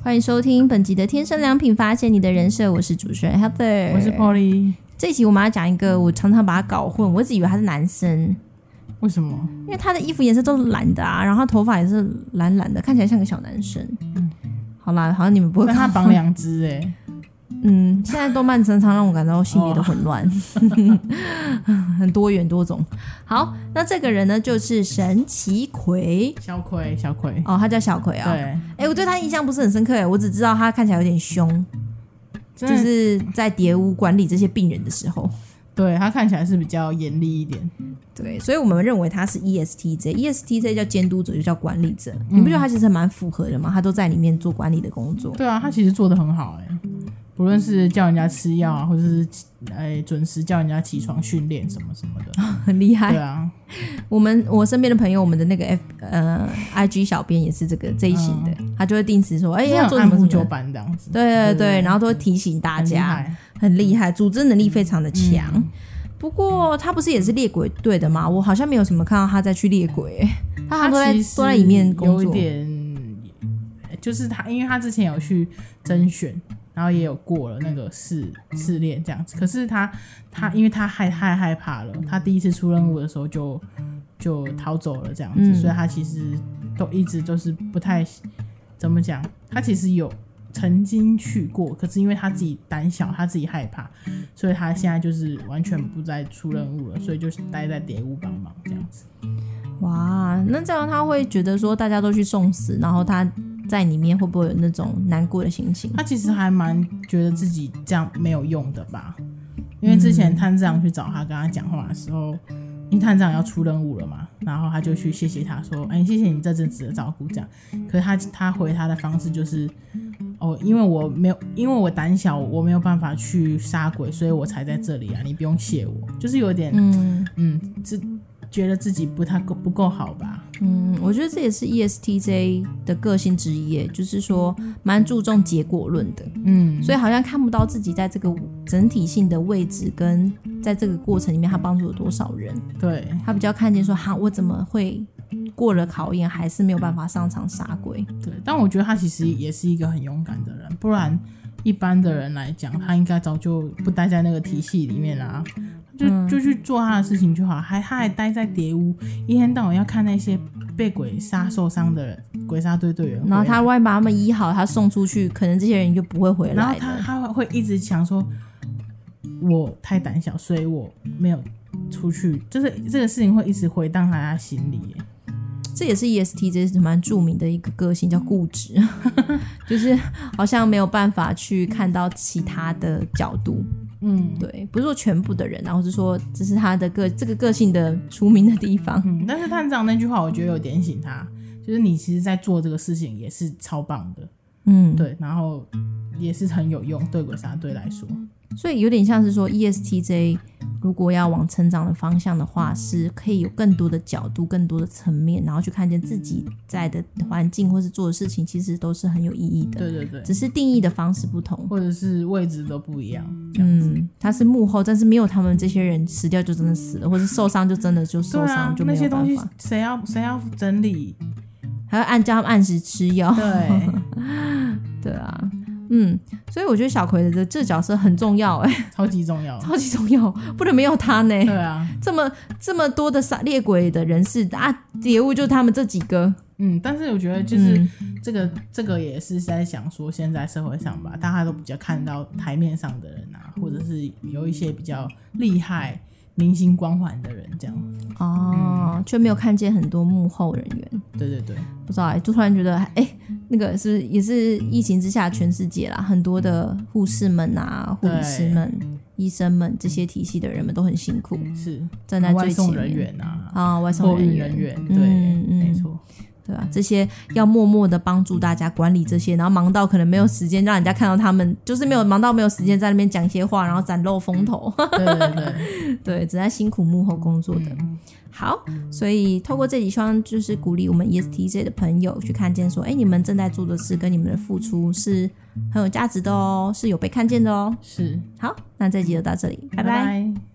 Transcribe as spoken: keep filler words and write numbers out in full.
欢迎收听本集的天生良品，发现你的人设，我是主持人 Heather， 我是 Polly。 这一集我们要讲一个我常常把他搞混，我一直以为他是男生。 为什么？ 因为他的衣服颜色都是蓝的啊，然后他头发也是蓝蓝的，看起来像个小男生。嗯，好啦，好像你们不会。 但他绑两只哎、欸。 嗯，现在动漫常常让我感到性别的混乱，哦、很多元多种。好，那这个人呢，就是神奇葵， 小葵，小葵。 哦，他叫小葵啊、哦。 对。 哎、欸，我对他印象不是很深刻哎，我只知道他看起来有点凶，就是在蝶屋管理这些病人的时候。 对，他看起来是比较严厉一点。 对，所以我们认为他是 E S T J，E S T J 叫监督者，就叫管理者。嗯、你不觉得他其实蛮符合的吗？他都在里面做管理的工作。 对啊，他其实做得很好哎、欸，不论是叫人家吃药啊，或者是哎准时叫人家起床训练什么什么的， 很厉害。 对啊， 我们我身边的朋友，我们的那个 F 呃 I G 小编也是这个这一型的，嗯、他就会定时说，哎、欸，要做什么什么九版这样子。 对对 对, 对，然后都会提醒大家，很厉害，组织能力非常的强。嗯不过他不是也是猎鬼队的吗？我好像没有什么看到他再去猎鬼、欸，他好像都在都在里面工作。 有一点，就是他，因为他之前有去甄选，然后也有过了那个试试炼这样子。可是他他因为他害太害怕了，他第一次出任务的时候就就逃走了这样子，嗯、所以他其实都一直都是不太怎么讲，他其实有。曾经去过，可是因为他自己胆小，他自己害怕，所以他现在就是完全不再出任务了，所以就是待在蝶屋帮忙这样子。 哇，那这样他会觉得说大家都去送死，然后他在里面会不会有那种难过的心情？ 他其实还蛮觉得自己这样没有用的吧，因为之前探长去找他跟他讲话的时候，因为探长要出任务了嘛，然后他就去谢谢他说，哎，谢谢你这阵子的照顾这样。可是他他回他的方式就是。哦，因为我没有，因为我胆小，我没有办法去杀鬼，所以我才在这里啊！你不用谢我，就是有点，嗯嗯，自觉得自己不太够不够好吧？ 嗯，我觉得这也是 E S T J 的个性之一，就是说蛮注重结果论的，嗯，所以好像看不到自己在这个整体性的位置跟在这个过程里面他帮助了多少人， 对， 他比较看见说，哈，我怎么会？过了考验还是没有办法上场杀鬼。 对，但我觉得他其实也是一个很勇敢的人，不然一般的人来讲，他应该早就不待在那个体系里面啦、啊，就就去做他的事情就好。还他还待在蝶屋，一天到晚要看那些被鬼杀受伤的人，鬼杀队队员， 然后他万一把他们医好，他送出去，可能这些人就不会回来了。 然后他他会一直想说，我太胆小，所以我没有出去，就是这个事情会一直回荡在他心里耶。 这也是 E S T J 蛮著名的一个个性，叫固执，就是好像没有办法去看到其他的角度。嗯，对，不是说全部的人，然后是说这是他的个这个个性的出名的地方。 嗯，但是探长那句话，我觉得有点醒他，就是你其实在做这个事情也是超棒的。嗯，对，然后也是很有用，对鬼杀队来说。 所以有点像是说 E S T J 如果要往成长的方向的话，是可以有更多的角度更多的层面，然后去看见自己在的环境或是做的事情其实都是很有意义的。 对对对， 只是定义的方式不同， 或者是位置都不一样这样子。 嗯，他是幕后，但是没有他们这些人死掉就真的死了，或是受伤就真的就受伤、啊、就没有办法。 那些东西谁要谁要整理， 还要按叫他们按时吃药。 对对啊，嗯，所以我觉得小葵的这角色很重要，哎、欸， 超级重要， 超级重要，不能没有他呢。 对啊， 这么这么多的杀猎鬼的人士啊，猎物就他们这几个。 嗯，但是我觉得就是这个、嗯、这个也是在想说，现在社会上吧，大家都比较看到台面上的人啊，或者是有一些比较厉害。明星光环的人这样哦，却、嗯、没有看见很多幕后人员。 对对对， 不知道哎、欸，就突然觉得哎、欸，那个是不是也是疫情之下全世界啦，很多的护士们啊、护理师们、医生们这些体系的人们都很辛苦， 是站在最前面。 外送人员啊， 啊，外送人员， 人员对，嗯嗯、没错。 对啊，这些要默默的帮助大家管理这些，然后忙到可能没有时间让人家看到他们，就是没有忙到没有时间在那边讲一些话，然后崭露风头。 对对对， 对，只在辛苦幕后工作的。嗯、好，所以透过这里，希望就是鼓励我们 E S T J 的朋友去看见说，哎，你们正在做的事跟你们的付出是很有价值的哦，是有被看见的哦。 是， 好，那这集就到这里，拜拜。 拜拜。